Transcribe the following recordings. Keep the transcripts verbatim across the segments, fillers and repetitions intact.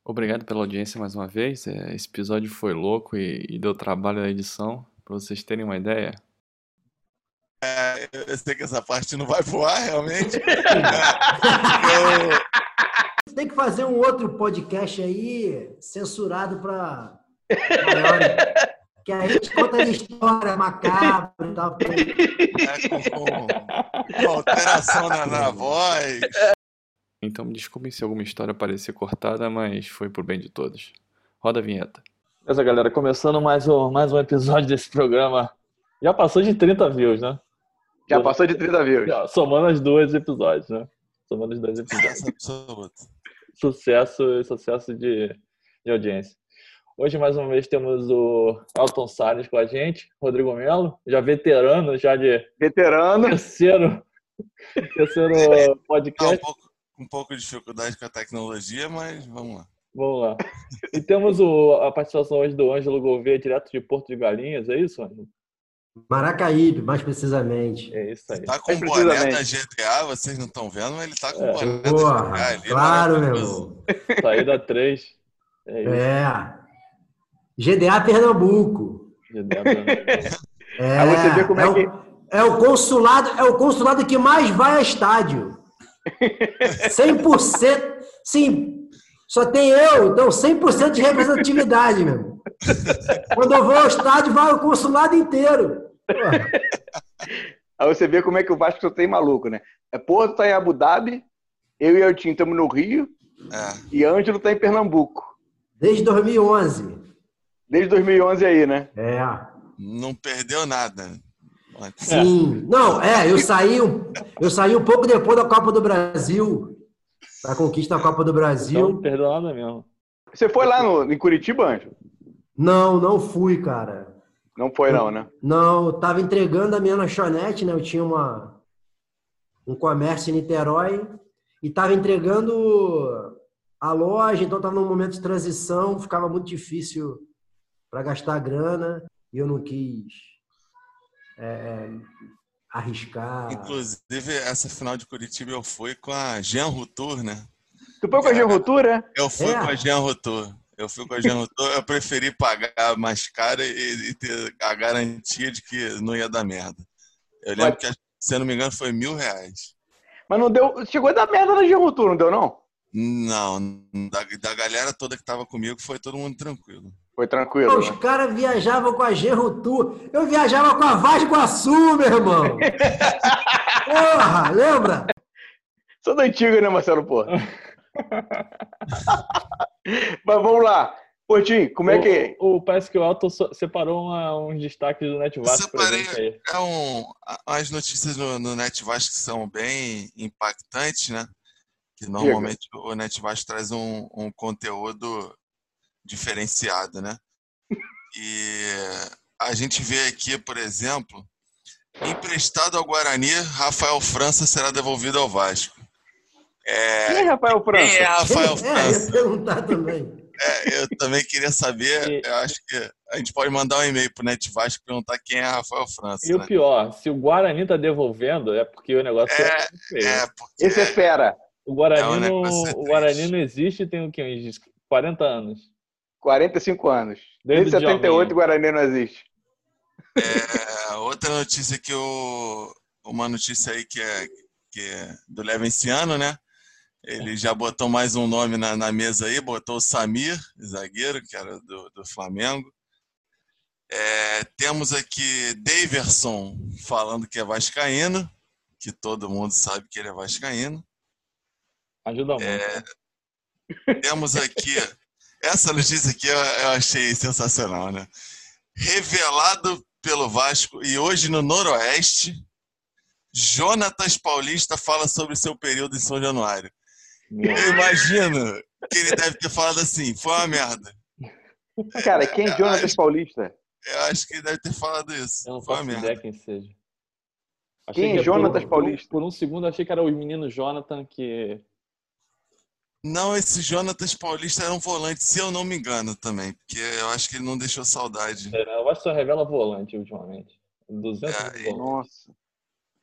Obrigado pela audiência mais uma vez. É, Esse episódio foi louco e, e deu trabalho na edição. Pra vocês terem uma ideia. É, eu sei que essa parte não vai pro ar, realmente. eu... Tem que fazer um outro podcast aí, censurado para maiores. Que a gente conta de história macabra e tal. É, com, com, com alteração na, na voz. Então me desculpem se alguma história parecer cortada, mas foi por bem de todos. Roda a vinheta. Beleza, galera, começando mais um, mais um episódio desse programa. Já passou de trinta views, né? Já passou de trinta views. Já, somando os dois episódios, né? Somando os dois episódios. Sucesso, sucesso de, de audiência. Hoje, mais uma vez, temos o Elton Salles com a gente, Rodrigo Melo, já veterano, já de Veterano. terceiro, terceiro Tá um podcast. pouco, um pouco de dificuldade com a tecnologia, mas vamos lá. Vamos lá. E temos o, a participação hoje do Ângelo Gouveia, direto de Porto de Galinhas, é isso, Ângelo? Maracaípe, mais precisamente. É isso aí. Tá com o boné da G T A, vocês não estão vendo, mas ele tá com o É. boné da Porra, G T A ali. claro, meu maravilhoso. irmão. Saída três. É isso. É. G D A Pernambuco. É, Aí você vê como é, é, que... o, é o consulado, é o consulado que mais vai a estádio. cem por cento. Sim, só tem eu, então cem por cento de representatividade, meu irmão. Quando eu vou ao estádio, vai o consulado inteiro. Porra. Aí você vê como é que o Vasco só tem maluco, né? É Porto tá em Abu Dhabi, eu e o Eltinho estamos no Rio, É. e Ângelo tá em Pernambuco. Desde dois mil e onze. Desde dois mil e onze aí, né? É. Não perdeu nada. Sim. Não, é, eu saí, um- eu saí um pouco depois da Copa do Brasil, da conquista da Copa do Então, Brasil. não perdeu nada mesmo. Você foi lá no, em Curitiba, Ângelo? Não, não fui, cara. Não foi não, né? Não, eu tava entregando a minha lanchonete, né? Eu tinha uma, um comércio em Niterói e tava entregando a loja, então tava num momento de transição, ficava muito difícil para gastar grana e eu não quis é, arriscar. Inclusive, essa final de Curitiba eu fui com a Jean Rutur, né? Tu foi com a Geocultura? Eu fui É. com a Jean Rutur. Eu fui com a Jean Rutur, eu preferi pagar mais caro e, e ter a garantia de que não ia dar merda. Eu lembro Mas- que, se eu não me engano, foi mil reais. Mas não deu... Chegou a dar merda na Geocultura, não deu não? Não, da, da galera toda que tava comigo, foi todo mundo tranquilo. Foi tranquilo, Os né? caras viajavam com a Gerrotur, eu viajava com a Vaz do Iguaçu, meu irmão. Porra, lembra? Sou da antiga, né, Marcelo, porra? Mas vamos lá. Portinho, como é que... O, o- parece que o Elton so- separou uma- uns destaques do Net Eu Vasco pra separei gente aí. é um, a- as notícias no, no Net Vasco que são bem impactantes, né? Que normalmente o Net Vasco traz um, um conteúdo diferenciado, né? E a gente vê aqui, por exemplo, emprestado ao Guarani, Rafael França será devolvido ao Vasco. Quem é Rafael França? Quem é Rafael É, França? ia perguntar também. É, eu também queria saber, E- eu acho que a gente pode mandar um e-mail pro Net Vasco e perguntar quem é Rafael França, E o né? pior, se o Guarani tá devolvendo, é porque o negócio é, feio. É, porque Esse é fera. O Guarani, é um não, negócio o Guarani triste. não existe tem o quê? Uns quarenta anos. quarenta e cinco anos. Desde Desde o setenta e oito, Djalminha. o Guarani não existe. É, outra notícia que o uma notícia aí que é, que é do Levenciano, né? Ele já botou mais um nome na, na mesa aí, botou o Samir, zagueiro, que era do, do Flamengo. É, temos aqui Daverson falando que é vascaíno, que todo mundo sabe que ele é vascaíno. Ajuda muito. É, Temos aqui, essa notícia aqui eu, eu achei sensacional, né? Revelado pelo Vasco e hoje no Noroeste, Jonatas Paulista fala sobre seu período em São Januário. Meu, Eu imagino que ele deve ter falado assim, foi uma merda. Cara, quem é Jonatas Paulista? Eu acho que ele deve ter falado isso. eu não Foi uma faço merda. ideia quem seja. Achei Quem é que Jonatas por, por um- Paulista? Por um segundo achei que era o menino Jonathan que... Não, esse Jonatas Paulista era um volante, se eu não me engano também, porque eu acho que ele não deixou saudade. É, eu acho que só revela volante ultimamente. duzentos É, volantes. Nossa.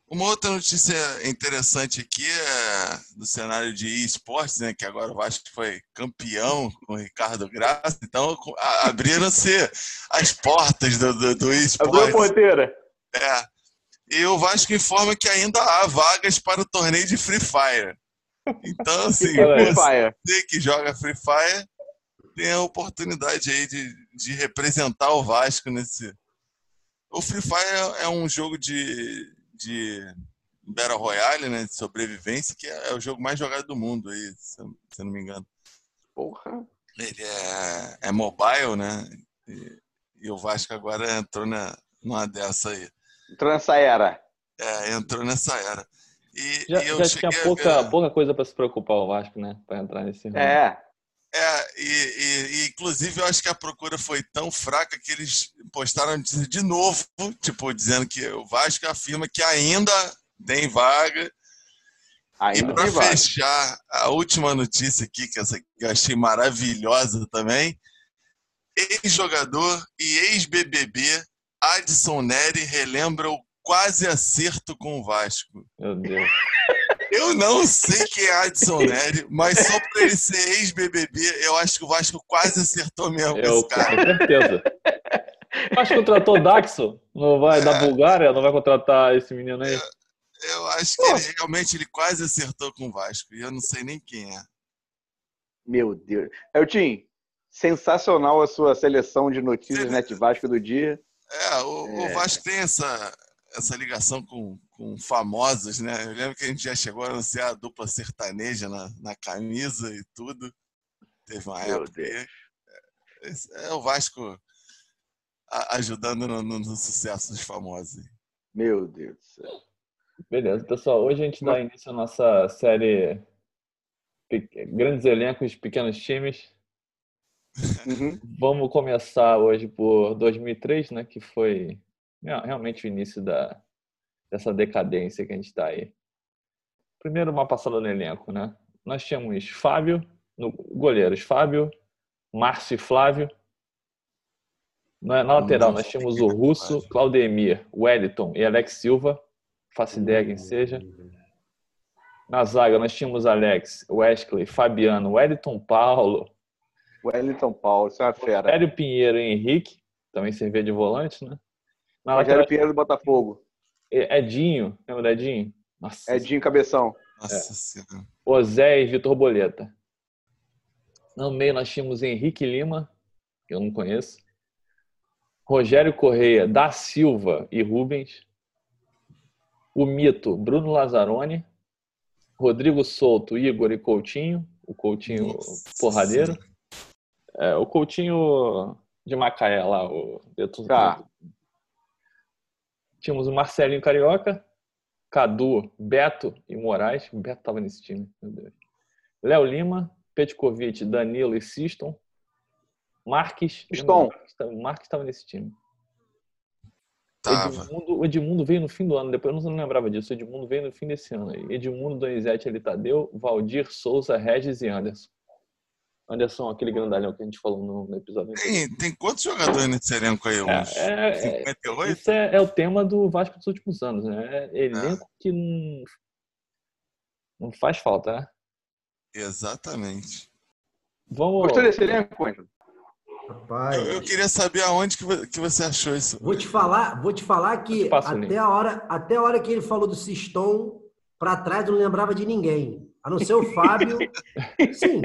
Uma outra notícia interessante aqui é do cenário de esportes, né? Que agora o Vasco foi campeão com o Ricardo Graça. Então a- abriram-se as portas do, do, do Abriu a esporte. porteira. É. E o Vasco informa que ainda há vagas para o torneio de Free Fire. Então, assim, Que olha aí. Free Fire. você que joga Free Fire tem a oportunidade aí de, de representar o Vasco nesse. O Free Fire é um jogo de, de Battle Royale, né? De sobrevivência, que é, é o jogo mais jogado do mundo aí, se eu, se eu não me engano. Porra. Ele é, é mobile, né? E, e o Vasco agora entrou na, numa dessa aí. Entrou nessa era. É, entrou nessa era. E, Já, e eu já cheguei tinha a pouca, ver- pouca coisa para se preocupar o Vasco, né? Para entrar nesse ramo. É. É, e, e- e, inclusive eu acho que a procura foi tão fraca que eles postaram de de novo, tipo, dizendo que o Vasco afirma que ainda tem vaga. Ainda E para tem vaga. fechar, a última notícia aqui, que essa que eu achei maravilhosa também, ex-jogador e ex-B B B, Adson Neri relembra o quase acerto com o Vasco. Meu Deus. Eu não sei quem é Adson Neri, mas só por ele ser ex-B B B, eu acho que o Vasco quase acertou mesmo com Eu esse cara. com certeza. O Vasco contratou o Daxon, não vai da Bulgária, não vai contratar esse menino aí. Eu acho que ele, realmente ele quase acertou com o Vasco, e eu não sei nem quem é. Meu Deus. Eltim, sensacional a sua seleção de notícias Sim. Net Vasco do dia. É, o, o É. Vasco tem essa, essa ligação com, com famosos, né? Eu lembro que a gente já chegou a anunciar a dupla sertaneja na, na camisa e tudo. Teve uma Meu época Deus. aí. Esse é o Vasco a- ajudando no, no- no sucesso dos famosos. Meu Deus do céu. Beleza, pessoal. Hoje a gente dá início à nossa série Pe- Grandes Elencos, Pequenos Times. Uhum. Vamos começar hoje por dois mil e três, né? Que foi é, realmente o início da, dessa decadência que a gente está aí. Primeiro, uma passada no elenco, né? Nós tínhamos Fábio, no, goleiros Fábio, Márcio e Flávio. Na, na lateral, Não nós sei tínhamos quem o é Russo, Flávio. Claudemir, Wellington e Alex Silva. Faço ideia quem seja. Na zaga, nós tínhamos Alex, Wesley, Fabiano, Wellington Paulo, Wellington Paulo, isso é uma fera. Hélio Pinheiro e Henrique, também servia de volante, né? Na Rogério lateral, Pinheiro do Botafogo. Edinho, lembra do Edinho? Nossa, Edinho Cabeção. Nossa Senhora. Ozé e Vitor Boleta. No meio nós tínhamos Henrique Lima, que eu não conheço, Rogério Correia, da Silva e Rubens, o Mito, Bruno Lazzaroni, Rodrigo Souto, Igor e Coutinho, o Coutinho Nossa porradeiro, Senhora. é, o Coutinho de Macaé lá, o Beto. Tá. Tínhamos o Marcelinho Carioca, Cadu, Beto e Moraes. O Beto estava nesse time, meu Deus. Léo Lima, Petkovic, Danilo e Siston. Marques. Siston. O Marques estava nesse time. Tava. Edmundo, o Edmundo veio no fim do ano, depois eu não lembrava disso. O Edmundo veio no fim desse ano. Aí. Edmundo, Donizete, Elitadeu, Valdir, Souza, Regis e Anderson. Anderson, aquele grandalhão que a gente falou no, no episódio anterior. Tem, tem quantos jogadores nesse elenco aí? Uns É, é, cinquenta e oito? Isso é, é o tema do Vasco dos últimos anos, né? É elenco que não, não faz falta, né? Exatamente. Vamos. Gostou desse elenco, Ângelo? Rapaz, Eu, eu queria saber aonde que vo- que você achou isso. vou te falar, vou te falar que Eu te passo o link. até a hora, até a hora que ele falou do Siston, para trás eu não lembrava de ninguém, a não ser o Fábio. Sim.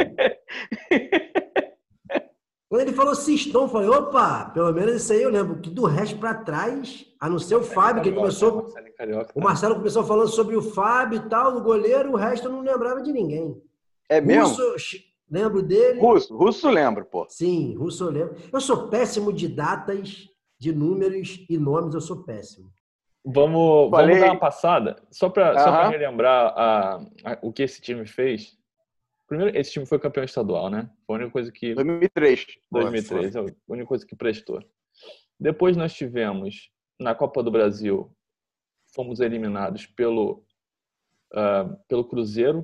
Quando ele falou Siston, eu falei, opa, pelo menos isso aí eu lembro, que do resto para trás, a não ser o Fábio, que começou, Marcelinho Carioca, o tá? Marcelo começou falando sobre o Fábio e tal, o goleiro, o resto eu não lembrava de ninguém. É mesmo? Russo, lembro dele. Russo. Russo lembro, pô. Sim, Russo eu lembro. Eu sou péssimo de datas, de números e nomes, eu sou péssimo. Vamos, Falei. vamos dar uma passada, só para só pra Aham. relembrar a, a- o que esse time fez. Primeiro, esse time foi campeão estadual, né? Foi a única coisa que. dois mil e três. dois mil e três, é a única coisa que prestou. Depois nós tivemos, na Copa do Brasil, fomos eliminados pelo, ah, pelo Cruzeiro.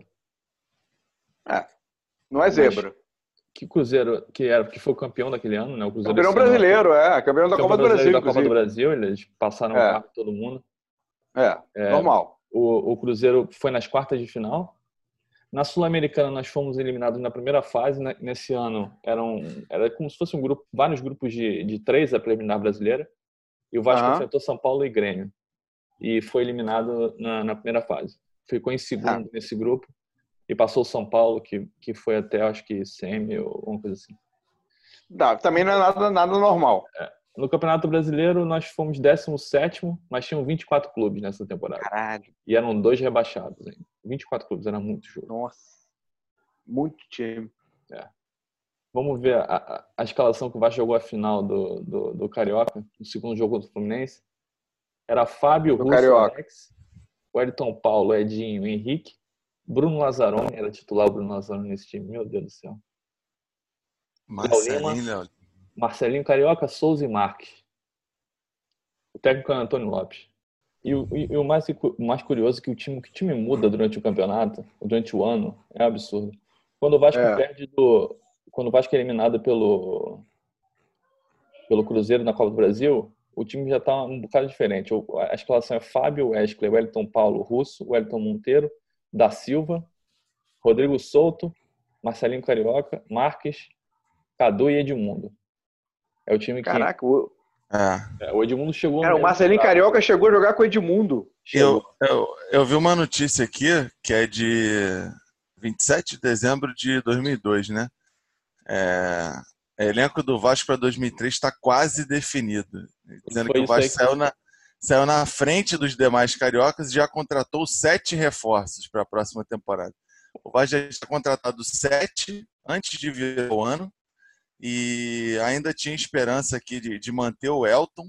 Não é zebra. Que Cruzeiro, que, era, que foi o campeão daquele ano, né? O Cruzeiro Campeão esse ano, brasileiro, é. Campeão da campeão Copa do Brasil, brasileiro da Copa do inclusive. Brasil, eles passaram É. o carro todo mundo. É, É, normal. O, o Cruzeiro foi nas quartas de final. Na Sul-Americana, nós fomos eliminados na primeira fase. Né? Nesse ano, eram, era como se fosse um grupo, vários grupos de, de três a preliminar brasileira. E o Vasco Aham. enfrentou São Paulo e Grêmio. E foi eliminado na, na primeira fase. Ficou em segundo Ah. nesse grupo. E passou o São Paulo, que, que foi até, acho que, semi ou alguma coisa assim. Dá, também não é nada, nada normal. No Campeonato Brasileiro, nós fomos décimo sétimo, mas tinham vinte e quatro clubes nessa temporada. Caralho. E eram dois rebaixados ainda. vinte e quatro clubes, era muito jogo. Nossa. Muito time. Vamos ver a, a, a escalação que o Vasco jogou a final do, do, do Carioca, no segundo jogo do Fluminense. Era Fábio, Do Russo, Carioca. Alex, Wellington Paulo, Edinho, Henrique, Bruno Lazzaroni, era titular o Bruno Lazzaroni nesse time, meu Deus do céu. Marcelinho, Léo. Marcelinho Carioca, Souza e Marques. O técnico é Antônio Lopes. E o, e, e o, mais, o mais curioso é que o time, que o time muda durante o campeonato, durante o ano, é absurdo. Quando o Vasco É. perde do... Quando o Vasco é eliminado pelo, pelo Cruzeiro na Copa do Brasil, o time já está um bocado diferente. A escalação é Fábio, Wesley, Wellington Paulo, Russo, Wellington Monteiro, Da Silva, Rodrigo Souto, Marcelinho Carioca, Marques, Cadu e Edmundo. É o time que... Caraca, o, É. É, o Edmundo chegou... cara, o mesmo Marcelinho pra- Carioca chegou a jogar com o Edmundo. Eu, Chegou. eu, eu vi uma notícia aqui que é de vinte e sete de dezembro de dois mil e dois, né? É, elenco do Vasco para dois mil e três está quase definido. Dizendo Foi que o isso aí Vasco que- saiu na, saiu na frente dos demais cariocas e já contratou sete reforços para a próxima temporada. O Vasco já tinha contratado sete antes de vir o ano e ainda tinha esperança aqui de, de manter o Elton,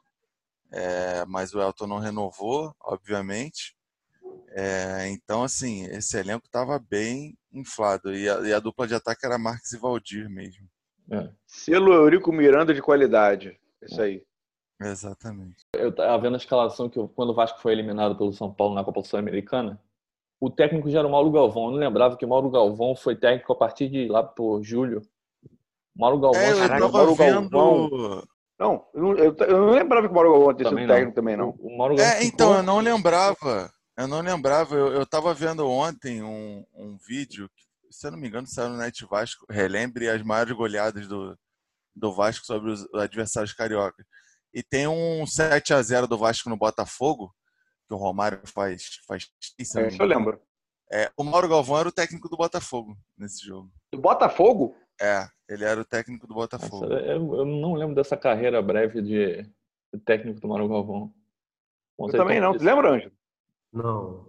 é, mas o Elton não renovou, obviamente. É, então, assim, esse elenco estava bem inflado e a, e a dupla de ataque era Marques e Valdir mesmo. É. Selo Eurico Miranda de qualidade. Isso aí. Exatamente. Eu tava vendo a escalação que eu- quando o Vasco foi eliminado pelo São Paulo na Copa Sul-Americana, o técnico já era o Mauro Galvão. Eu não lembrava que o Mauro Galvão foi técnico a partir de lá por julho. Mauro Galvão. É, eu chegou- Caraca, tava Mauro vendo. Galvão. Não, eu não, eu, eu não lembrava que o Mauro Galvão tinha sido também técnico não. também, não. O, o Mauro Galvão É, ficou- então, eu não lembrava. Eu não lembrava. Eu, eu tava vendo ontem um, um vídeo, que, se eu não me engano, saiu no Net Vasco. Relembre as maiores goleadas do, do Vasco sobre os adversários cariocas. E tem um sete a zero do Vasco no Botafogo, que o Romário faz. faz se eu não me Isso eu engano. lembro. É, o Mauro Galvão era o técnico do Botafogo nesse jogo. Do Botafogo? É, ele era o técnico do Nossa, Botafogo. eu, eu não lembro dessa carreira breve de, de técnico do Mauro Galvão. Bom, Eu vocês também estão- não. Tu lembra, Ângelo? Não.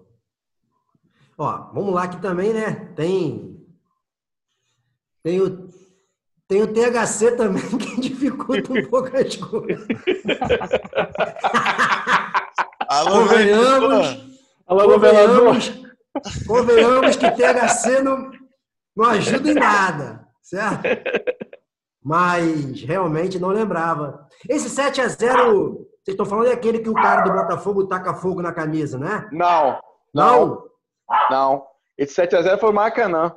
Ó, vamos lá aqui também, né? Tem, tem o, tem o T H C também que dificulta um pouco as coisas. Alô, Convenhamos, vereador! Alô, governador! convenhamos, convenhamos que T H C não, não ajuda em nada, certo? Mas realmente não lembrava. Esse sete a zero, vocês estão falando é aquele que o cara do Botafogo taca fogo na camisa, né? Não. Não. Não. Esse sete a zero foi o Maracanã.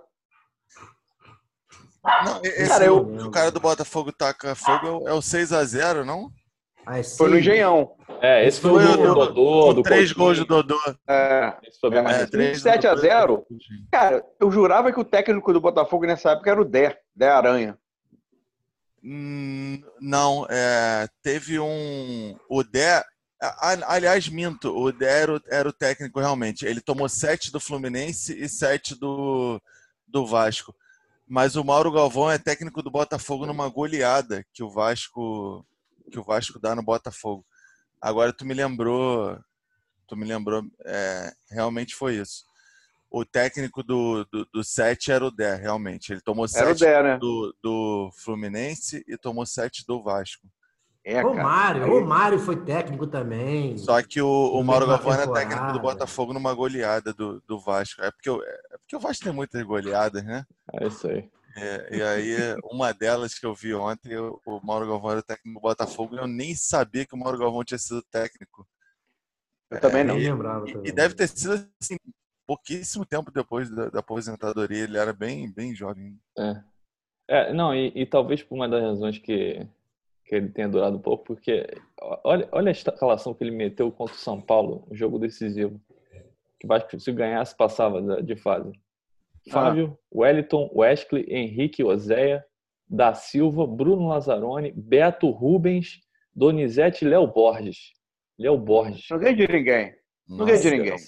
Não, esse, Cara, eu- o cara do Botafogo taca fogo é o- é o seis a zero, não? Aí, Foi no sim. Engenhão. É, esse foi, Foi o o do do- Dodô, Com do três gols Coutinho. do Dodô. É, Esse foi bem mais É, recente. três sete a zero? do Dodô. Cara, eu jurava que o técnico do Botafogo nessa época era o Dé, Dé Aranha. Hum, não, é, teve um. O Dé. a- a- Aliás, minto, o Dé era o, era o técnico realmente. Ele tomou sete do Fluminense e sete do, do Vasco. Mas o Mauro Galvão é técnico do Botafogo numa goleada que o Vasco que o Vasco dá no Botafogo. Agora tu me lembrou, tu me lembrou, é, realmente foi isso. O técnico do, do, do sete era o Dé, realmente. Ele tomou Era o sete Dé, né? do, do Fluminense e tomou sete do Vasco. É, cara. Romário, Aí- Romário foi técnico também. Só que o, o No Mauro meio da Galvão era temporada. técnico do Botafogo numa goleada do, do Vasco. É porque, o- é porque o Vasco tem muitas goleadas, né? É isso aí. É, e aí, uma delas que eu vi ontem, eu- o Mauro Galvão era técnico do Botafogo e eu nem sabia que o Mauro Galvão tinha sido técnico. Eu também não. Nem lembrava E, também. e deve ter sido assim, pouquíssimo tempo depois da, da aposentadoria. Ele era bem, bem jovem. É, é não, e, e talvez por uma das razões que, que ele tenha durado um pouco, porque olha, olha a escalação que ele meteu contra o São Paulo, um jogo decisivo. Que o Vasco, se ganhasse, passava de fase. Fábio, ah. Wellington, Wesley, Henrique, Oséia, Da Silva, Bruno Lazzaroni, Beto, Rubens, Donizete e Léo Borges. Léo Borges. Não ganha de ninguém. Não ganha de ninguém.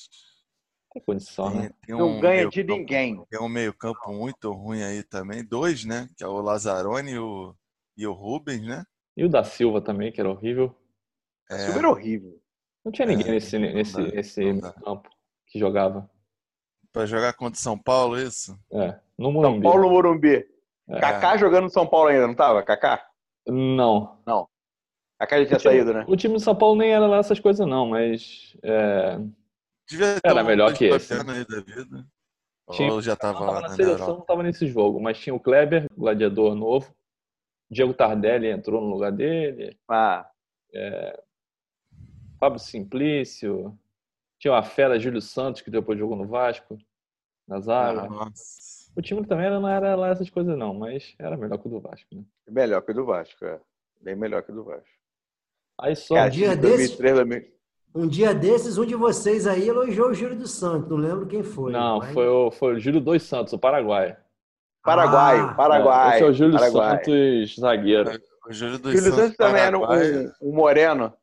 Tem condição, tem, né? Tem um não ganha de campo, ninguém. Tem um meio campo muito ruim aí também. Dois, né? Que é o Lazzaroni e o, e o Rubens, né? E o Da Silva também, que era horrível. É. Da Silva era horrível. Não tinha ninguém é, nesse, nesse, dá, nesse campo que jogava. Pra jogar contra São Paulo, isso? É, no Morumbi. São Paulo, Morumbi. É. Kaká jogando no São Paulo ainda, não tava? Kaká? Não. Não. Kaká já tinha time, saído, né? O time do São Paulo nem era lá essas coisas não, mas... É... Devia ter era um melhor que esse. Aí da vida. Tinha, Ou já tava, não, tava lá na na seleção, Europa. não tava nesse jogo, mas tinha o Kleber, gladiador novo. Diego Tardelli entrou no lugar dele. Ah. É... Fábio Simplício. Tinha a fera Júlio Santos, que depois jogou no Vasco. Na zaga. Ah, o time também não era lá essas coisas não, mas era melhor que o do Vasco, né? Melhor que o do Vasco, é. Bem melhor que o do Vasco. Aí só... Um dia, desses, um dia desses, um de vocês aí elogiou o Júlio dos Santos. Não lembro quem foi. Não, mas... foi, o, foi o Júlio dos Santos, o Paraguai. Paraguai, ah, Paraguai. Esse é o Júlio Paraguai. Santos, zagueiro. O Júlio dos Júlio Santos, Santos também era um, um moreno.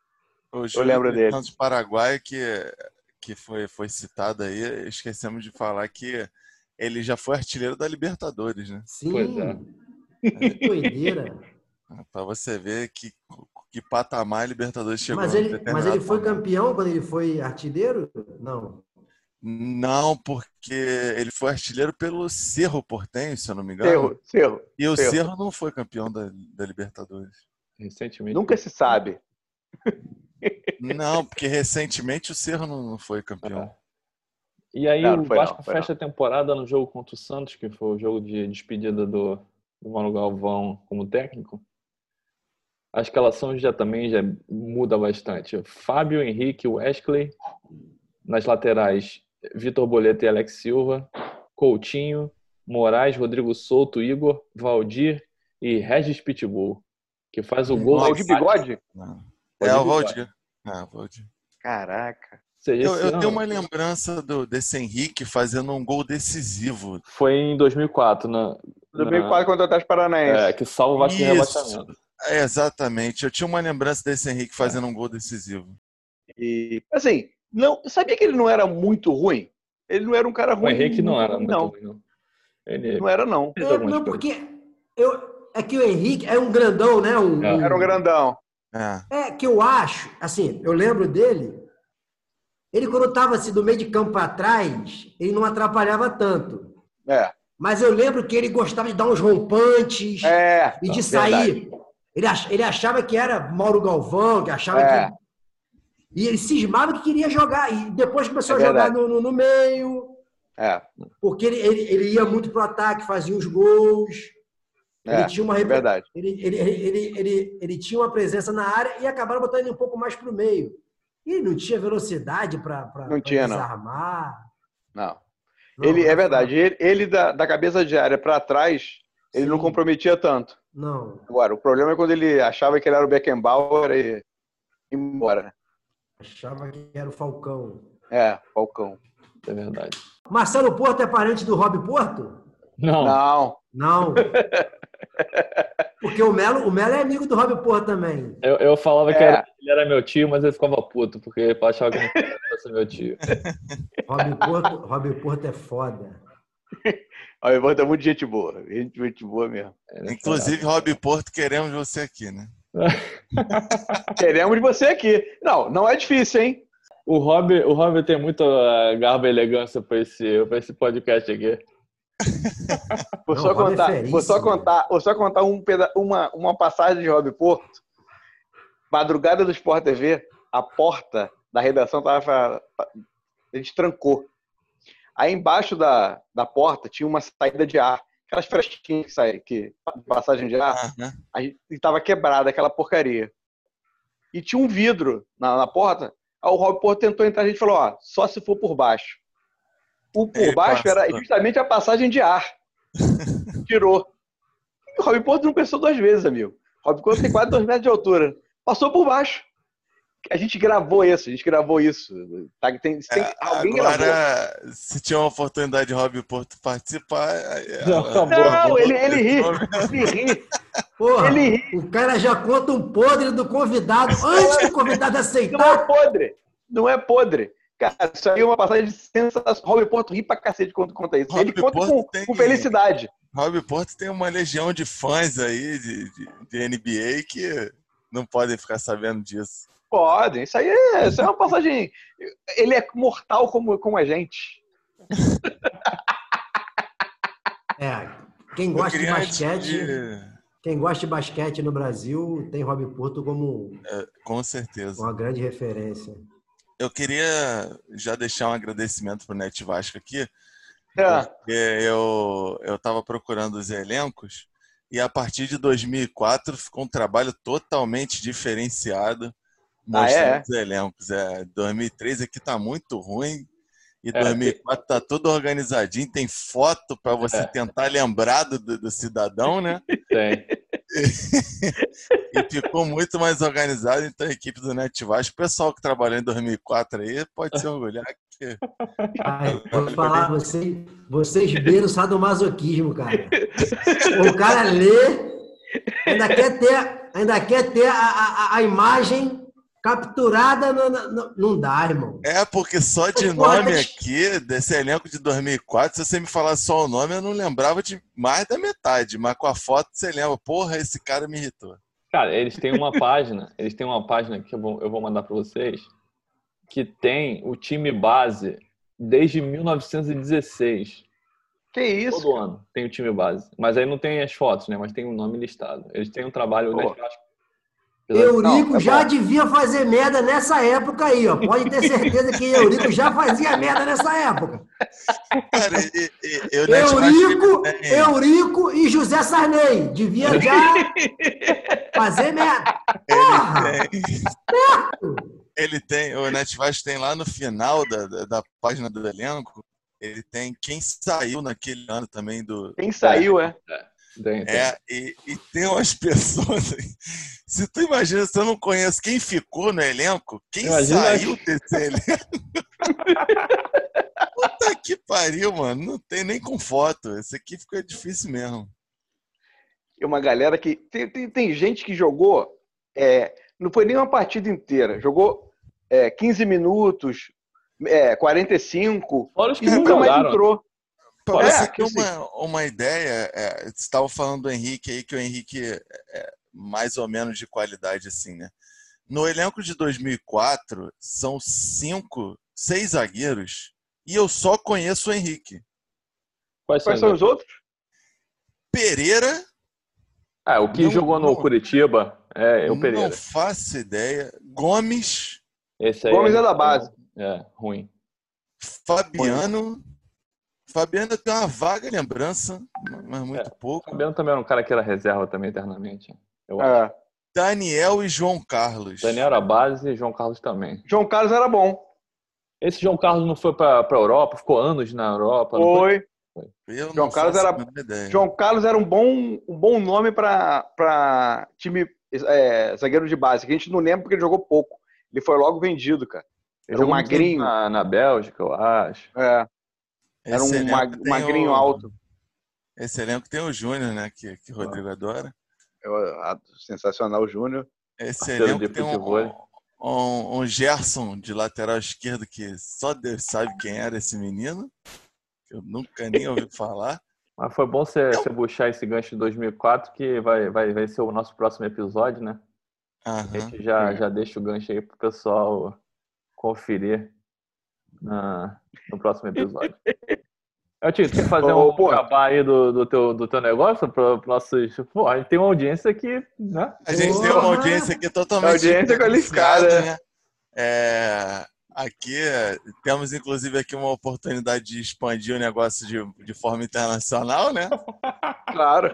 O Eu lembro dele. Santos Paraguai, que, que foi, foi citado aí, esquecemos de falar que ele já foi artilheiro da Libertadores, né? Sim. Pois é. Que doideira. Pra você ver que, que patamar a Libertadores chegou. Mas ele, mas ele foi campeão quando ele foi artilheiro? Não. Não, porque ele foi artilheiro pelo Cerro Porteño, se eu não me engano. Cerro, Cerro. E o Cerro, Cerro não foi campeão da, da Libertadores. Recentemente. Nunca se sabe. Não, porque recentemente o Cerro não foi campeão. É. E aí não, o Vasco não, fecha não. a temporada no jogo contra o Santos, que foi o jogo de despedida do, do Mano Galvão como técnico. A escalação já também já muda bastante. Fábio, Henrique, Wesley. Nas laterais, Vitor Boleta e Alex Silva. Coutinho, Moraes, Rodrigo Souto, Igor, Valdir e Regis Pitbull, que faz o gol. Valdir Bigode? Não. É o Valdir. É, o Valdir. Caraca. Seja, Eu, eu ano, tenho uma lembrança do, desse Henrique fazendo um gol decisivo. Foi em dois mil e quatro, na, dois mil e quatro contra o Atlético Paranaense. É, que salva o Vasco de rebaixamento. É, exatamente. Eu tinha uma lembrança desse Henrique fazendo é. um gol decisivo. E, assim, não, sabia que ele não era muito ruim? Ele não era um cara ruim. O Henrique não era muito não. ruim, não. Ele não era, não. É, não, porque eu, é que o Henrique é um grandão, né? Um, é. Era um grandão. É. é que eu acho, assim, eu lembro dele, ele quando estava assim, do meio de campo para trás, ele não atrapalhava tanto. É. Mas eu lembro que ele gostava de dar uns rompantes é, e de não, sair. Ele, ach, ele achava que era Mauro Galvão, que achava é. que... E ele cismava que queria jogar. E depois começou é a jogar no, no, no meio. É. Porque ele, ele, ele ia muito pro ataque, fazia os gols. É, ele tinha uma é verdade. Ele, ele, ele, ele, ele, ele tinha uma presença na área e acabaram botando ele um pouco mais pro meio. E ele não tinha velocidade para desarmar. Não. não. não ele, não, é verdade. Ele, ele da, da cabeça de área para trás, ele Sim. não comprometia tanto. Não. Agora, o problema é quando ele achava que ele era o Beckenbauer e ia embora, né? Achava que era o Falcão. É, Falcão. É verdade. Marcelo Porto é parente do Rob Porto? Não. Não. Não. Porque o Melo, o Melo é amigo do Rob Porto também. Eu, eu falava é. que era, ele era meu tio, mas ele ficava puto, porque ele achava que não fosse meu tio. Rob Porto, Rob Porto é foda. Rob Porto é muito gente boa. Gente, gente boa mesmo. É, inclusive, Rob Porto, queremos você aqui, né? Queremos você aqui. Não, não é difícil, hein? O Rob, o Rob tem muita garba e elegância para esse, para esse podcast aqui. Vou só contar, é vou só contar, vou só contar um peda- uma, uma passagem de Rob Porto. Madrugada do Sport T V, a porta da redação tava, a gente trancou. Aí embaixo da, da porta tinha uma saída de ar, aquelas fresquinhas que saem, que passagem de ar, uhum. aí estava quebrada aquela porcaria. E tinha um vidro na, na porta. Aí o Rob Porto tentou entrar, a gente falou, ó, só se for por baixo. O por Ele baixo passa. Era justamente a passagem de ar. Tirou. E o Rob Porto não pensou duas vezes, amigo. Rob Porto tem quase dois metros de altura. Passou por baixo. A gente gravou isso, a gente gravou isso. Tá, tem, tem, é, alguém agora, gravou. Se tiver uma oportunidade de Rob Porto participar... Não, não ele, ele ri, ele ri. Porra, ele ri. O cara já conta um podre do convidado antes do convidado aceitar. Não é podre, não é podre. Cara, isso aí é uma passagem de sensação. Rob Porto ri pra cacete quando conta isso. Rob ele conta com, tem, com felicidade. Rob Porto tem uma legião de fãs aí de, de, de N B A que não podem ficar sabendo disso. Podem, isso aí é, isso é uma passagem... Ele é mortal como, como a gente. É, quem gosta de basquete... De... Quem gosta de basquete no Brasil tem Rob Porto como... É, com certeza. Uma grande referência. Eu queria já deixar um agradecimento pro Net Vasco aqui, é. porque eu eu estava procurando os elencos e a partir de dois mil e quatro ficou um trabalho totalmente diferenciado mostrando ah, é? os elencos. É, dois mil e três aqui tá muito ruim e é, dois mil e quatro tá tudo organizadinho, tem foto para você é. tentar lembrar do, do cidadão, né? Tem. E ficou muito mais organizado, então a equipe do Net Vasco, o pessoal que trabalhou em dois mil e quatro aí, pode se orgulhar que... Ai, vou falar, vocês, vocês beiram o sadomasoquismo, cara. O cara lê, ainda quer ter, ainda quer ter a, a, a imagem capturada, no, no, não dá, irmão. É, porque só de nome aqui, desse elenco de dois mil e quatro, se você me falar só o nome, eu não lembrava de mais da metade, mas com a foto você lembra. Porra, esse cara me irritou. Cara, eles têm uma página, eles têm uma página que eu vou, eu vou mandar para vocês, que tem o time base desde mil novecentos e dezesseis. Que isso? Todo ano tem o time base. Mas aí não tem as fotos, né? Mas tem o nome listado. Eles têm um trabalho... Oh. Eurico não, é já bom. devia fazer merda nessa época aí, ó. Pode ter certeza que Eurico já fazia merda nessa época. Cara, e, e, eu Eurico, Eurico e José Sarney devia já fazer merda. Porra! Ele tem, ele tem o Net Vasco tem lá no final da, da, da página do elenco, ele tem quem saiu naquele ano também do... Quem saiu, é? é. Tem, tem. É, e, e tem umas pessoas aí. Se tu imagina, se eu não conheço quem ficou no elenco, quem imagina saiu que... desse elenco. Puta que pariu, mano. Não tem nem com foto. Esse aqui ficou difícil mesmo. E uma galera que. Tem, tem, tem gente que jogou. É, não foi nem uma partida inteira. Jogou é, quinze minutos, é, quarenta e cinco. Olha os que e nunca mais entrou. Para é, você ter uma, uma ideia, é, você estava falando do Henrique aí, que o Henrique é mais ou menos de qualidade assim, né? No elenco de dois mil e quatro, são cinco, seis zagueiros, e eu só conheço o Henrique. Quais, Quais são os outros? Pereira. Ah, o que não, jogou no não, Curitiba é, é o Pereira. Não faço ideia. Gomes. Esse aí Gomes é, é da base. É, ruim. Fabiano. Ruim. Fabiano tem uma vaga lembrança, mas muito é, pouco. Fabiano também era um cara que era reserva também eternamente. Eu é. acho. Daniel e João Carlos. Daniel era base e João Carlos também. João Carlos era bom. Esse João Carlos não foi para a Europa? Ficou anos na Europa? Foi. foi? foi. João, Carlos era, João Carlos era um bom, um bom nome para time é, zagueiro de base, que a gente não lembra porque ele jogou pouco. Ele foi logo vendido, cara. Ele era um magrinho. Na, na Bélgica, eu acho. É. Era um mag, magrinho o, alto. Esse elenco tem o Júnior, né? Que, que o Rodrigo ah. adora. Eu, sensacional Júnior. Esse elenco tem um, um, um Gerson de lateral esquerdo que só Deus sabe quem era esse menino. Que eu nunca nem ouvi falar. Mas foi bom você, você puxar esse gancho de dois mil e quatro, que vai, vai, vai ser o nosso próximo episódio, né? Aham. A gente já, já deixa o gancho aí pro pessoal conferir na, no próximo episódio. Eu tinha que fazer um jabá aí do, do, teu, do teu negócio para os nossos... Pô, a gente tem uma audiência aqui, né? A gente Porra. tem uma audiência aqui totalmente... Audiência qualificada, né? É, aqui temos, inclusive, aqui uma oportunidade de expandir o negócio de, de forma internacional, né? Claro.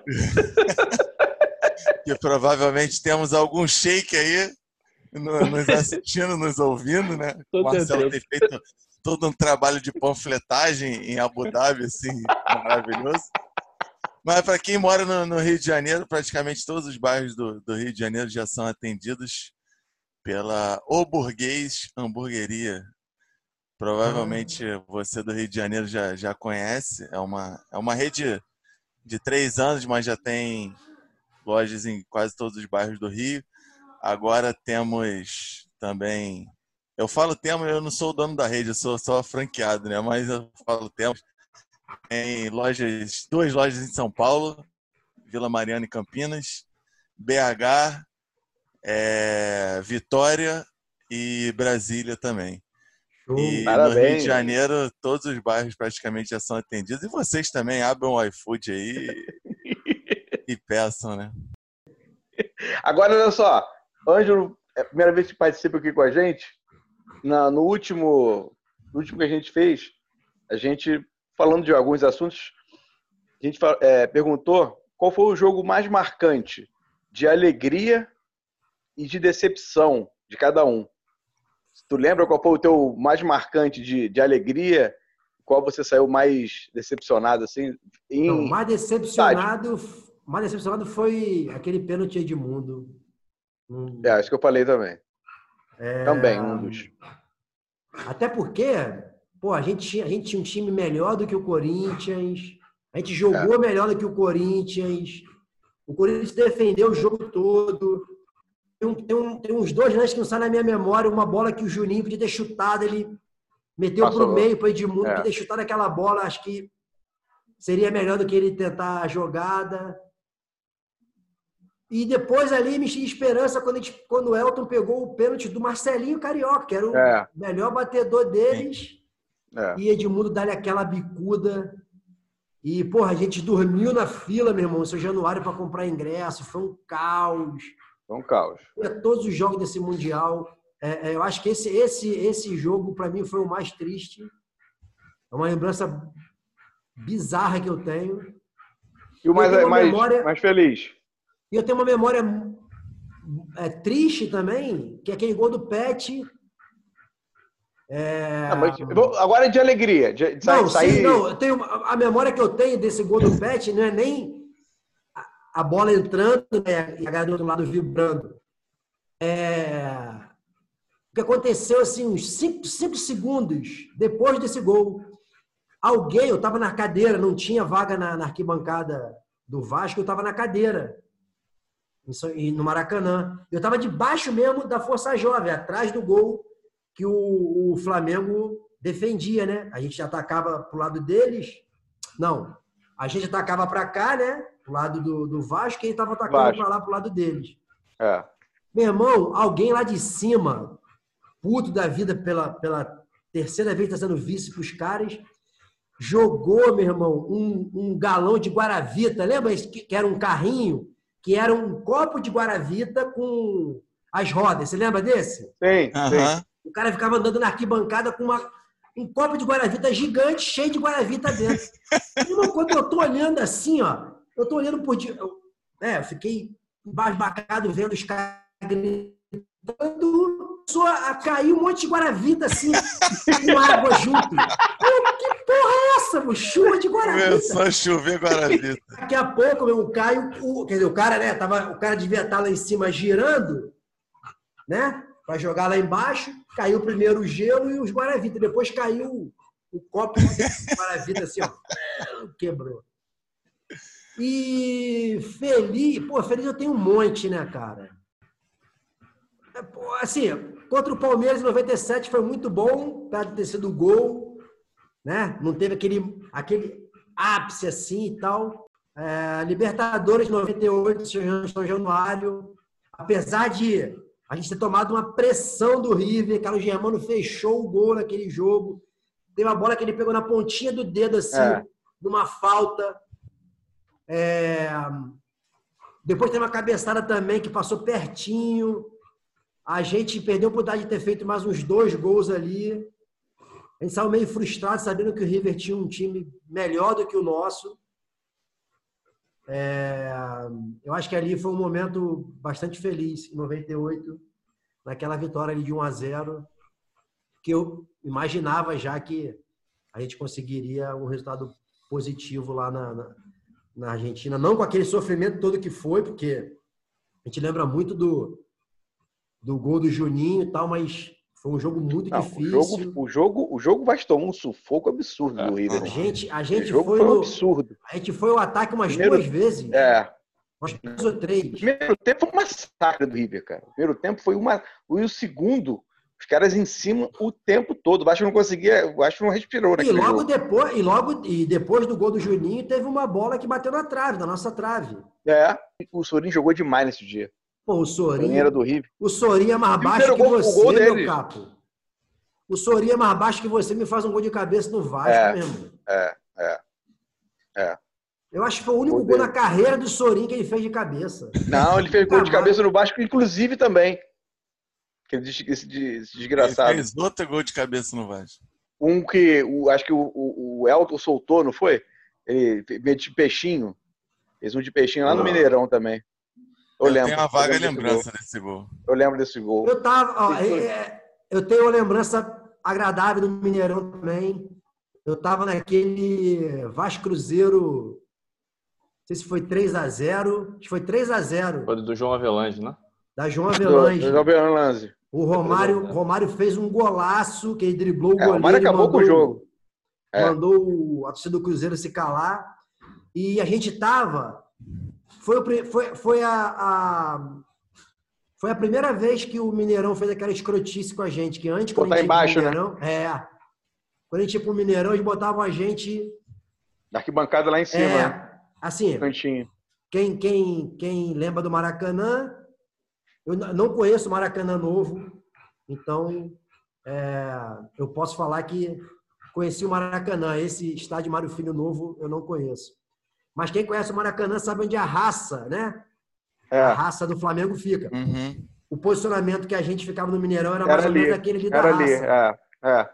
E provavelmente temos algum shake aí nos assistindo, nos ouvindo, né? O Marcelo tem feito todo um trabalho de panfletagem em Abu Dhabi, assim, maravilhoso. Mas para quem mora no, no Rio de Janeiro, praticamente todos os bairros do, do Rio de Janeiro já são atendidos pela O Burguês Hamburgueria. Provavelmente ah. você do Rio de Janeiro já, já conhece. É uma, é uma rede de três anos, mas já tem lojas em quase todos os bairros do Rio. Agora temos também... Eu falo temos, eu não sou o dono da rede, eu sou só franqueado, né? Mas eu falo temos. Tem lojas, duas lojas em São Paulo, Vila Mariana e Campinas, B H, é, Vitória e Brasília também. E Parabéns. No Rio de Janeiro, todos os bairros praticamente já são atendidos. E vocês também abram o iFood aí e peçam, né? Agora, olha só. Ângelo, é a primeira vez que participa aqui com a gente. Na, no, último, no último que a gente fez, a gente, falando de alguns assuntos, a gente é, perguntou qual foi o jogo mais marcante de alegria e de decepção de cada um. Tu lembra qual foi o teu mais marcante de, de alegria? Qual você saiu mais decepcionado, assim? Em... Não, mais decepcionado, mais decepcionado foi aquele pênalti Edmundo. Hum. É, acho que eu falei também. É... Também, um dos. Até porque, pô, a gente, tinha, a gente tinha um time melhor do que o Corinthians. A gente jogou é. melhor do que o Corinthians. O Corinthians defendeu o jogo todo. Tem, um, tem, um, tem uns dois lances que não saem na minha memória. Uma bola que o Juninho podia ter chutado, ele meteu para o meio para o Edmundo, é. podia ter chutado aquela bola. Acho que seria melhor do que ele tentar a jogada. E depois ali me tinha esperança quando, a gente, quando o Elton pegou o pênalti do Marcelinho Carioca, que era o é. melhor batedor deles. É. E Edmundo dá-lhe aquela bicuda. E, porra, a gente dormiu na fila, meu irmão, seu Januário, para comprar ingresso. Foi um caos. Foi um caos. Todos os jogos desse Mundial. É, eu acho que esse, esse, esse jogo, para mim, foi o mais triste. É uma lembrança bizarra que eu tenho. E o mais, mais, memória... mais feliz? E eu tenho uma memória é, triste também, que é aquele gol do Pet. É... Não, mas, agora é de alegria. De, de não, sair... sim, não. Eu tenho, a memória que eu tenho desse gol do Pet não é nem a, a bola entrando, né, e a galera do outro lado vibrando. É... O que aconteceu, assim, uns cinco segundos depois desse gol. Alguém, eu estava na cadeira, não tinha vaga na, na arquibancada do Vasco, eu estava na cadeira. No Maracanã. Eu estava debaixo mesmo da Força Jovem, atrás do gol que o, o Flamengo defendia, né? A gente atacava pro lado deles. Não. A gente atacava para cá, né? Pro lado do, do Vasco, e ele estava atacando para lá, pro lado deles. É. Meu irmão, alguém lá de cima, puto da vida pela, pela terceira vez tá sendo vice pros caras, jogou, meu irmão, um, um galão de Guaravita. Lembra que, que era um carrinho? Que era um copo de Guaravita com as rodas. Você lembra desse? Sim, uhum. sim. O cara ficava andando na arquibancada com uma, um copo de Guaravita gigante, cheio de Guaravita dentro. E, quando eu tô olhando assim, ó, eu tô olhando por... Eu, é, eu fiquei embasbacado vendo os caras gritando, começou a cair um monte de Guaravita assim, com água junto. Eu, que porra é essa, mano? Chuva de Guaravita. Começou a chover Guaravita. Daqui a pouco, meu, o Caio, o, quer dizer, o cara, né, tava, o cara devia estar lá em cima girando, né, para jogar lá embaixo, caiu primeiro o gelo e os Guaravita, depois caiu o, o copo de Guaravita assim, ó, quebrou. E feliz, pô, feliz eu tenho um monte, né, cara? Assim, contra o Palmeiras em noventa e sete foi muito bom, tá, ter sido gol, né? Não teve aquele, aquele ápice assim e tal. É, Libertadores noventa e oito, São Januário, apesar de a gente ter tomado uma pressão do River, Carlos Germano fechou o gol naquele jogo, tem uma bola que ele pegou na pontinha do dedo assim, é. numa falta. É, depois tem uma cabeçada também que passou pertinho. A gente perdeu a oportunidade de ter feito mais uns dois gols ali. A gente saiu meio frustrado, sabendo que o River tinha um time melhor do que o nosso. É, eu acho que ali foi um momento bastante feliz, em noventa e oito, naquela vitória ali de um a zero, que eu imaginava já que a gente conseguiria um resultado positivo lá na, na, na Argentina, não com aquele sofrimento todo que foi, porque a gente lembra muito do, do gol do Juninho e tal, mas foi um jogo muito não, difícil. O jogo, o jogo, o jogo vai tomar um sufoco absurdo do River. A gente, a gente o jogo foi, foi um no, absurdo. A gente foi ao ataque umas primeiro, duas vezes. É. Umas duas ou três. O primeiro tempo foi um massacre do River, cara. O primeiro tempo foi uma. E o segundo, os caras em cima o tempo todo. O Vasco não conseguia. O Vasco não respirou naquele e logo jogo. depois E logo e depois do gol do Juninho, teve uma bola que bateu na trave, na nossa trave. É. O Sorin jogou demais nesse dia. Pô, o Sorin. era do River. O Sorin é mais baixo que gol, você, gol meu dele. capo. O Sorin é mais baixo que você, me faz um gol de cabeça no Vasco é, mesmo. É, é, é. Eu acho que foi o único gol, gol na carreira do Sorin que ele fez de cabeça. Não, ele fez gol de cabeça no Vasco, inclusive também. Esse, esse desgraçado. Ele fez outro gol de cabeça no Vasco. Um que, o, acho que o, o, o Elton soltou, não foi? Ele fez de peixinho. Fez um de peixinho lá no Mineirão também. Eu, eu lembro. Tenho uma vaga lembrança desse gol. desse gol. Eu lembro desse gol. Eu tava, ó, é, eu tenho uma lembrança agradável do Mineirão também. Eu tava naquele Vasco Cruzeiro, não sei se foi três a zero, acho que foi três a zero. Foi do João Avelange, né? Da João Avelange. Do, do João Avelange. O Romário, Romário fez um golaço, que ele driblou o é, goleiro. O Romário acabou mandou, com o jogo. É. Mandou a torcida do Cruzeiro se calar. E a gente tava... Foi, foi, foi, a, a, foi a primeira vez que o Mineirão fez aquela escrotice com a gente, que antes, quando botar a gente embaixo, ia pro Mineirão, né? É. Quando a gente ia pro Mineirão, eles botavam a gente... Na arquibancada lá em cima. É, né? Assim, Cantinho. Quem, quem, quem lembra do Maracanã, eu não conheço o Maracanã novo, então é, eu posso falar que conheci o Maracanã. Esse estádio Mário Filho novo eu não conheço. Mas quem conhece o Maracanã sabe onde a raça, né? É. A raça do Flamengo fica. Uhum. O posicionamento que a gente ficava no Mineirão era mais era ou menos ali. aquele ali da era raça. Ali. É. É.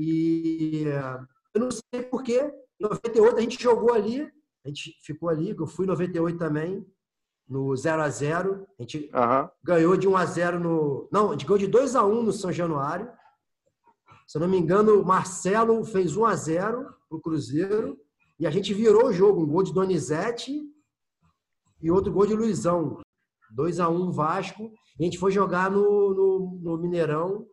E eu não sei porquê. Em noventa e oito a gente jogou ali, a gente ficou ali, eu fui em noventa e oito também, no zero a zero. A gente uhum. ganhou de um a zero no... Não, a gente ganhou de dois a um no São Januário. Se eu não me engano, o Marcelo fez um a zero pro Cruzeiro e a gente virou o jogo. Um gol de Donizete e outro gol de Luizão. dois a um Vasco. E a gente foi jogar no, no, no Mineirão,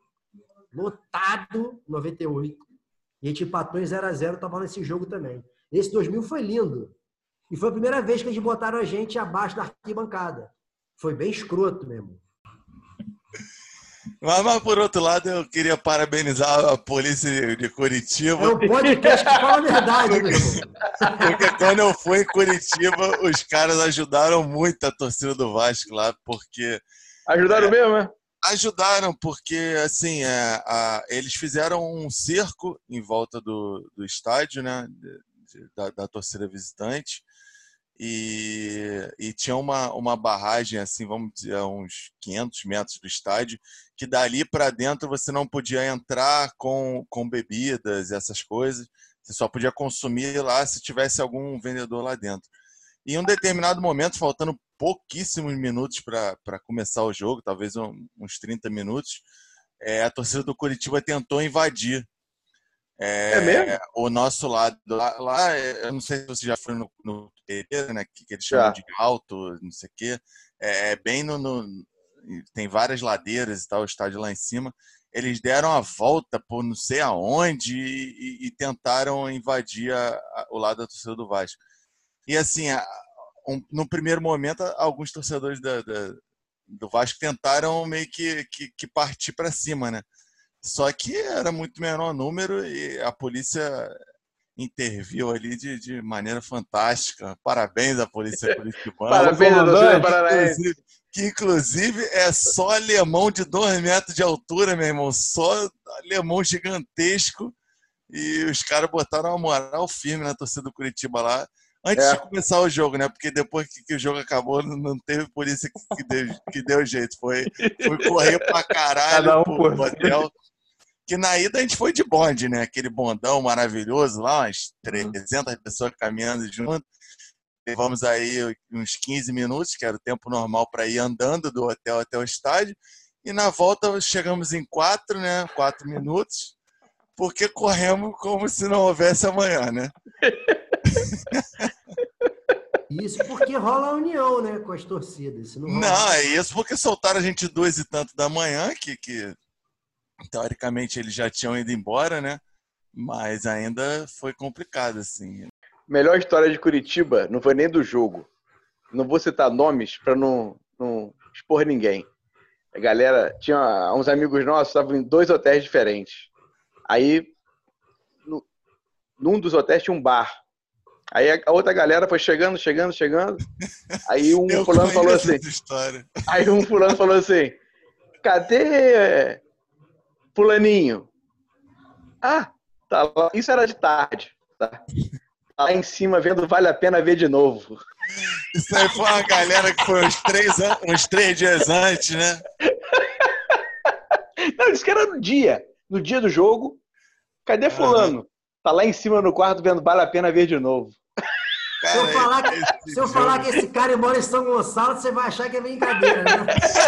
lotado, noventa e oito. E a gente empatou em zero a zero, estava nesse jogo também. Esse dois mil foi lindo. E foi a primeira vez que eles botaram a gente abaixo da arquibancada. Foi bem escroto mesmo. Mas, mas, por outro lado, eu queria parabenizar a polícia de Curitiba. É um podcast que fala a verdade, meu irmão. Porque quando eu fui em Curitiba, os caras ajudaram muito a torcida do Vasco lá, porque... Ajudaram é, mesmo, né? Ajudaram, porque assim, é, a, eles fizeram um cerco em volta do, do estádio, né, de, de, da, da torcida visitante, e, e tinha uma, uma barragem, assim, vamos dizer, a uns quinhentos metros do estádio, que dali para dentro você não podia entrar com, com bebidas e essas coisas, você só podia consumir lá se tivesse algum vendedor lá dentro. E em um determinado momento, faltando pouquíssimos minutos para começar o jogo, talvez um, uns trinta minutos, é, a torcida do Curitiba tentou invadir é, é mesmo? o nosso lado. Lá, lá, eu não sei se você já foi no, no Pereira, né, que, que eles chamam já. de alto, não sei o quê. É, bem no, no... Tem várias ladeiras e tal, o estádio lá em cima. Eles deram a volta por não sei aonde e, e, e tentaram invadir a, a, o lado da torcida do Vasco. E assim, um, no primeiro momento, alguns torcedores da, da, do Vasco tentaram meio que, que, que partir para cima, né? Só que era muito menor número e a polícia interviu ali de, de maneira fantástica. Parabéns à polícia curitibana. Parabéns à torcida paranaense. Que inclusive é só alemão de dois metros de altura, meu irmão. Só alemão gigantesco. E os caras botaram uma moral firme na torcida do Curitiba lá. Antes é. de começar o jogo, né? Porque depois que, que o jogo acabou, não teve polícia que, que, deu, que deu jeito. Foi, foi correr pra caralho Cada um pro por hotel. Que na ida a gente foi de bonde, né? Aquele bondão maravilhoso lá, umas trezentas pessoas caminhando junto. Levamos aí uns quinze minutos, que era o tempo normal para ir andando do hotel até o estádio. E na volta chegamos em quatro, né? Quatro minutos, porque corremos como se não houvesse amanhã, né? Isso porque rola a união, né, com as torcidas. Não, não, é isso porque soltaram a gente duas e tanto da manhã, que, que teoricamente eles já tinham ido embora, né? Mas ainda foi complicado, assim. Melhor história de Curitiba não foi nem do jogo. Não vou citar nomes para não, não expor ninguém. A galera, tinha uns amigos nossos, estavam em dois hotéis diferentes. Aí, no, num dos hotéis tinha um bar. Aí a outra galera foi chegando, chegando, chegando. Aí um Eu fulano falou assim. História. Aí um fulano falou assim: cadê fulaninho? Ah, tá lá. Isso era de tarde, tá? Tá lá em cima vendo Vale a Pena Ver de Novo. Isso aí foi uma galera que foi uns três, an... uns três dias antes, né? Não, disse que era no dia. No dia do jogo. Cadê fulano? Uhum. Tá lá em cima no quarto vendo Vale a Pena Ver de Novo. Cara, se eu, falar que, se eu falar que esse cara mora em São Gonçalo, você vai achar que é brincadeira, né?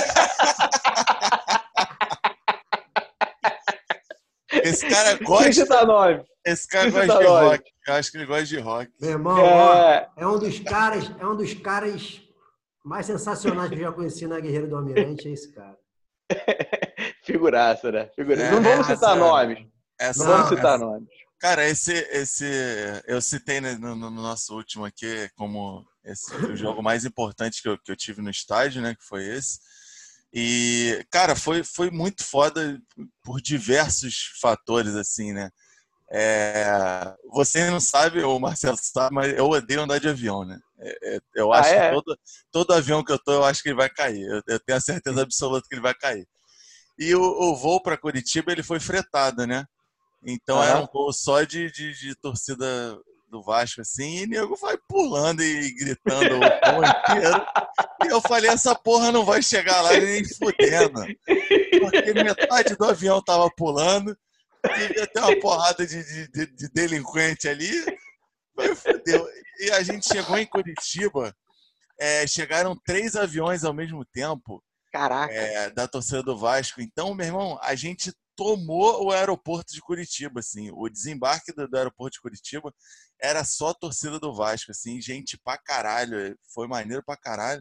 Esse cara gosta. Tá nove. Esse cara gosta tá de nove. rock. Eu acho que ele gosta de rock. Meu irmão, é... Ó, é um dos caras, é um dos caras mais sensacionais que eu já conheci na Guerreiro do Almirante, é esse cara. Figuraça, né? Figuraça. É, não vamos citar essa, nomes. Essa, não vamos citar essa, nomes. Cara, esse, esse eu citei no, no nosso último aqui como esse, o jogo mais importante que eu, que eu tive no estádio, né? Que foi esse. E, cara, foi, foi muito foda por diversos fatores, assim, né? É, você não sabe, ou o Marcelo sabe, mas eu odeio andar de avião, né? É, eu acho ah, é? que todo, todo avião que eu tô, eu acho que ele vai cair. Eu, eu tenho a certeza absoluta que ele vai cair. E o, o voo para Curitiba, ele foi fretado, né? Então, uhum. era um voo só de, de, de torcida do Vasco, assim, e o nego vai pulando e gritando o voo inteiro. E eu falei, essa porra não vai chegar lá nem fudendo. Porque metade do avião tava pulando, devia ter uma porrada de, de, de delinquente ali. Mas fudeu. E a gente chegou em Curitiba, é, chegaram três aviões ao mesmo tempo. Caraca. É, da torcida do Vasco. Então, meu irmão, a gente tomou o aeroporto de Curitiba, assim. O desembarque do, do aeroporto de Curitiba era só a torcida do Vasco, assim. Gente pra caralho. Foi maneiro pra caralho.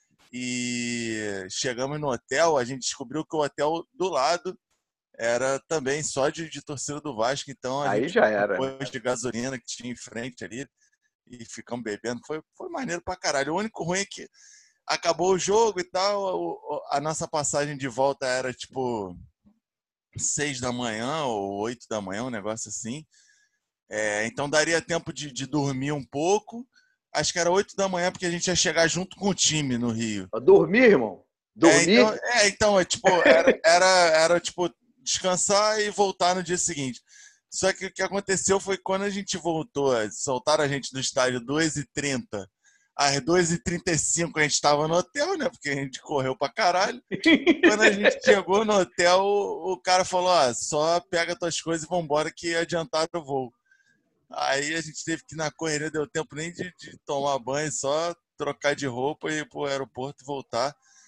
E chegamos no hotel, a gente descobriu que o hotel do lado era também só de, de torcida do Vasco. Então, a Aí gente já era. Depois de gasolina que tinha em frente ali e ficamos bebendo. Foi, foi maneiro pra caralho. O único ruim é que acabou o jogo e tal, a nossa passagem de volta era tipo seis da manhã ou oito da manhã, um negócio assim. É, então daria tempo de, de dormir um pouco. Acho que era oito da manhã, porque a gente ia chegar junto com o time no Rio. Dormir, irmão? Dormir? É, então, é, então é, tipo, era, era, era tipo descansar e voltar no dia seguinte. Só que o que aconteceu foi que quando a gente voltou, soltaram a gente do estádio duas e trinta. Às duas e trinta e cinco a gente estava no hotel, né? Porque a gente correu pra caralho. Quando a gente chegou no hotel, o cara falou, ó, só pega tuas coisas e vambora que adiantaram o voo. Aí a gente teve que ir na correria, deu tempo nem de, de tomar banho, só trocar de roupa e ir pro aeroporto e voltar.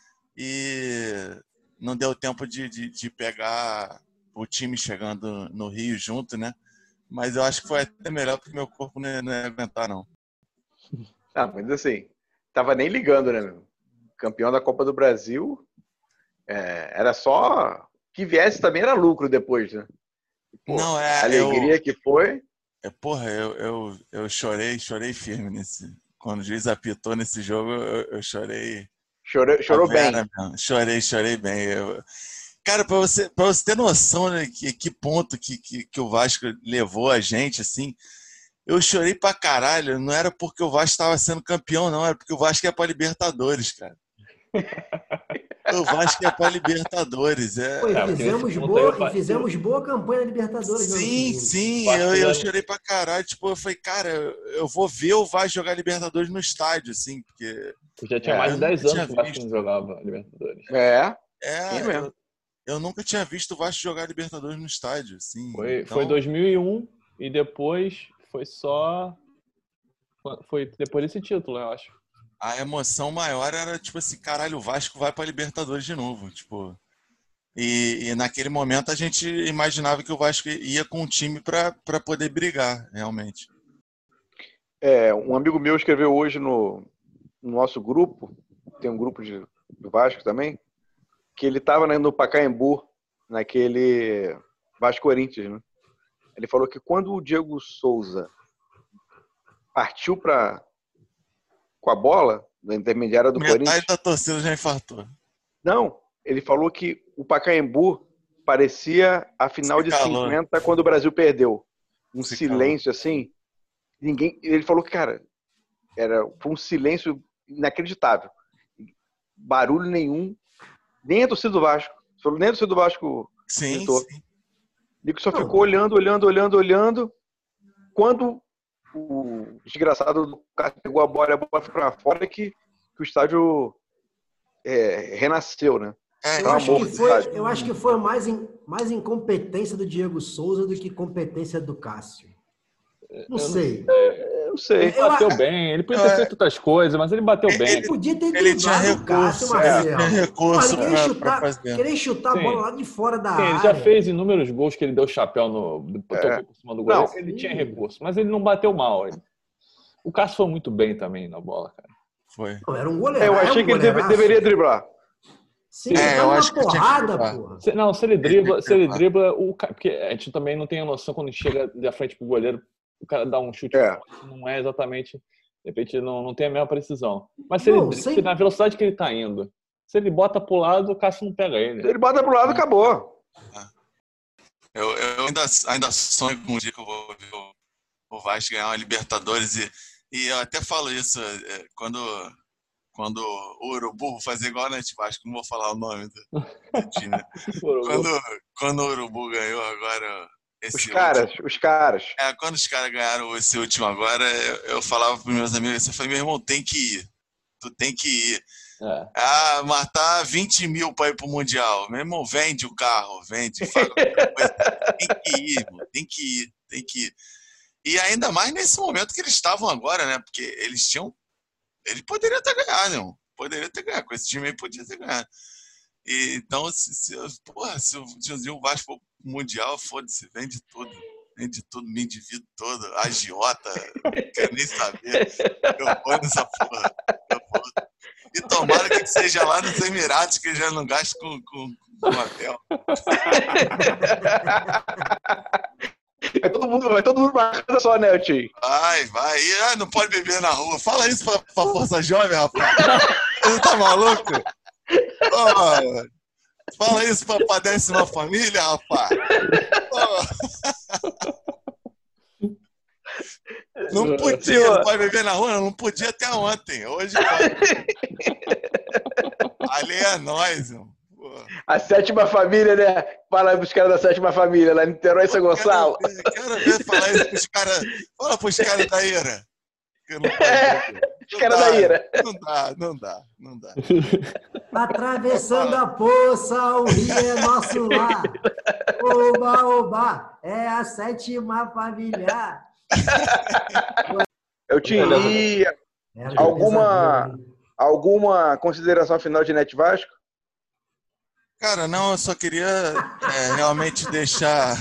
E não deu tempo de, de, de pegar o time chegando no Rio junto, né? Mas eu acho que foi até melhor, porque meu corpo não ia, não ia aguentar, não. Ah, mas assim, tava nem ligando, né, meu? Campeão da Copa do Brasil, é, era só que viesse também era lucro depois, né? Pô, não, é, a alegria eu, que foi. É, porra, eu, eu, eu chorei, chorei firme nesse. Quando o juiz apitou nesse jogo, eu, eu chorei. Chorou, chorou bem. Mesmo. Chorei, chorei bem. Eu, cara, pra você, pra você ter noção, né, que, que ponto que, que, que o Vasco levou a gente, assim. Eu chorei pra caralho, não era porque o Vasco estava sendo campeão, não, era porque o Vasco é pra Libertadores, cara. O Vasco é pra Libertadores. É... Pô, e fizemos, boa, e fizemos boa campanha na Libertadores. Sim, sim, eu, eu chorei pra caralho. Tipo, eu falei, cara, eu vou ver o Vasco jogar Libertadores no estádio, assim, porque... Eu já tinha é, mais de dez anos que o Vasco não jogava Libertadores. É, é eu, eu nunca tinha visto o Vasco jogar Libertadores no estádio, assim. Foi, então... foi dois mil e um e depois... Foi só... Foi depois desse título, eu acho. A emoção maior era, tipo assim, caralho, o Vasco vai pra Libertadores de novo, tipo... E, e naquele momento a gente imaginava que o Vasco ia com um time pra, pra poder brigar, realmente. É, um amigo meu escreveu hoje no, no nosso grupo, tem um grupo de, do Vasco também, que ele estava no Pacaembu, naquele Vasco-Corinthians, né? Ele falou que quando o Diego Souza partiu para com a bola, da intermediária do Metade Corinthians... da torcida já infartou. Não, ele falou que o Pacaembu parecia a final de cinquenta, quando o Brasil perdeu. Um Se silêncio calou. Assim. Ninguém. Ele falou que, cara, era, foi um silêncio inacreditável. Barulho nenhum. Nem a torcida do Vasco. Nem a torcida do Vasco. Sim, gritou. sim. Nico só ficou olhando, olhando, olhando, olhando. Quando o desgraçado do cara pegou a bola e a bola foi pra fora, que, que o estádio é, renasceu, né? É, eu, acho que foi, eu acho que foi mais, in, mais incompetência do Diego Souza do que competência do Cássio. Não eu sei. Não, eu não sei. Ele bateu eu, bem, ele podia ter é, feito outras coisas, mas ele bateu ele, bem. Ele podia ter ele tinha recurso, o Cássio, Marcelo. É, recurso querer chutar, pra querer chutar a bola lá de fora da sim, área. Ele já fez inúmeros gols que ele deu chapéu no é. por cima do goleiro. Não, ele sim. tinha recurso, mas ele não bateu mal. Ele. O Cássio foi muito bem também na bola, cara. Foi. Não, era um goleiro. É, eu achei um que ele deve, deveria driblar. Sim, é, eu acho porrada, que porra. Se, não, se ele dribla, se ele dribla, o porque a gente também não tem a noção quando chega da frente pro goleiro, o cara dá um chute, é. não é exatamente, de repente não, não tem a mesma precisão. Mas se não, ele sem... se na velocidade que ele tá indo, se ele bota pro lado, o Cássio não pega ele. Se ele bota pro lado, é. acabou. É. Eu, eu ainda, ainda sonho com um dia que eu vou ver o, o Vasco ganhar uma Libertadores e, e eu até falo isso quando Quando o Urubu fazer igual na Vasco, não vou falar o nome do, do time. quando, quando o Urubu ganhou agora. Esse os caras, último, os caras. É, quando os caras ganharam esse último agora, eu, eu falava para os meus amigos, eu falei, meu irmão, tem que ir. Tu tem que ir. É. Ah, matar vinte mil para ir pro Mundial. Meu irmão, vende o carro, vende. Fala coisa. Tem que ir, irmão, tem que ir, tem que ir. E ainda mais nesse momento que eles estavam agora, né? Porque eles tinham. Ele poderia ter ganhado, não. Poderia ter ganhado. Com esse time aí podia ter ganhado. E, então, se, se, porra, se o Vasco for pro Mundial, foda-se, vende tudo. Vende tudo, me endivido todo. Agiota, não quero nem saber. Eu vou nessa porra. Eu vou. E tomara que seja lá nos Emirados, que já não gaste com, com, com hotel. Vai todo mundo, vai todo mundo pra casa só, né, tio? Vai, vai. E, ah, não pode beber na rua. Fala isso pra, pra Força Jovem, rapaz. Você tá maluco? Oh, fala isso pra, pra décima família, rapaz. Oh. Não podia, não pode beber na rua, não podia até ontem. Hoje pode. Ali é nós, irmão. A sétima família, né? Fala pros caras da sétima família, lá em Niterói e São Gonçalo. Quero ver, quero ver falar isso pros caras. Fala pros caras da Ira. É, os caras da Ira. Não dá, não dá, não dá. Atravessando a poça, o rio é nosso lar. Oba, oba, é a sétima família. Eu tinha e alguma, alguma consideração final de Net Vasco? Cara, não, eu só queria é, realmente deixar,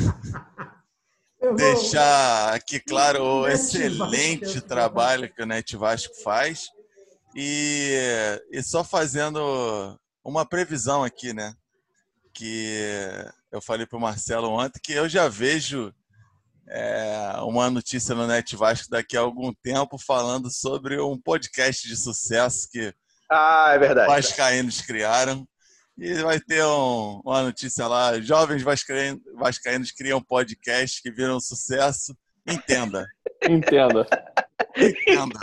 deixar aqui claro o excelente trabalho que o Net Vasco faz e, e só fazendo uma previsão aqui, né? Que eu falei para o Marcelo ontem que eu já vejo é, uma notícia no Net Vasco daqui a algum tempo falando sobre um podcast de sucesso que ah, é verdade. os vascaínos criaram. E vai ter um, uma notícia lá, jovens vascaínos, vascaínos criam podcast que viram sucesso. Entenda. Entenda. Entenda.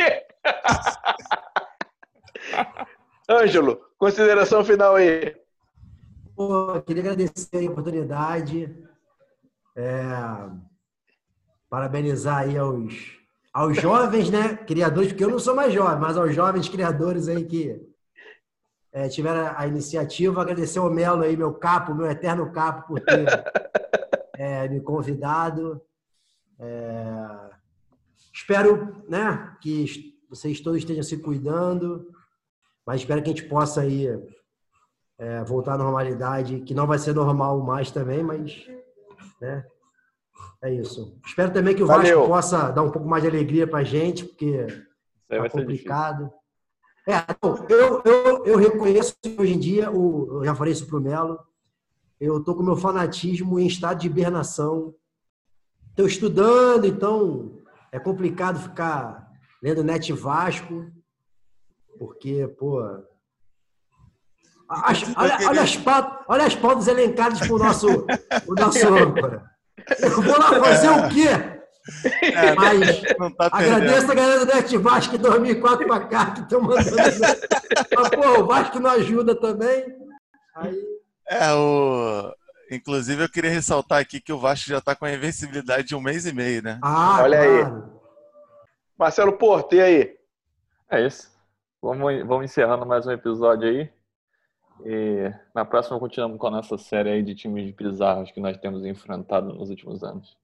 Ângelo, consideração final aí. Pô, queria agradecer a oportunidade. É, parabenizar aí aos, aos jovens, né, criadores, porque eu não sou mais jovem, mas aos jovens criadores aí que É, tiveram a iniciativa, agradecer ao Melo aí, meu capo, meu eterno capo, por ter é, me convidado. É, espero, né, que vocês todos estejam se cuidando, mas espero que a gente possa aí, é, voltar à normalidade, que não vai ser normal mais também, mas né, É isso. Espero também que o Valeu. Vasco possa dar um pouco mais de alegria pra gente, porque tá complicado. É, eu, eu, eu reconheço que hoje em dia, o, eu já falei isso pro Melo, eu tô com meu fanatismo em estado de hibernação. Estou estudando, então é complicado ficar lendo Net Vasco, porque, pô... As, olha, olha, as pautas, olha as pautas elencadas por nosso, o nosso âncora. Eu vou lá fazer o quê? É, mas tá agradeço a galera do Net Vasco dois mil e quatro para cá que estão mandando. Mas, pô, o Vasco não ajuda também. Aí... É, o... Inclusive, eu queria ressaltar aqui que o Vasco já está com a invencibilidade de um mês e meio, né? Ah, olha claro. aí. Marcelo Porto, e aí? É isso. Vamos, vamos encerrando mais um episódio aí. E na próxima continuamos com a nossa série aí de times bizarros que nós temos enfrentado nos últimos anos.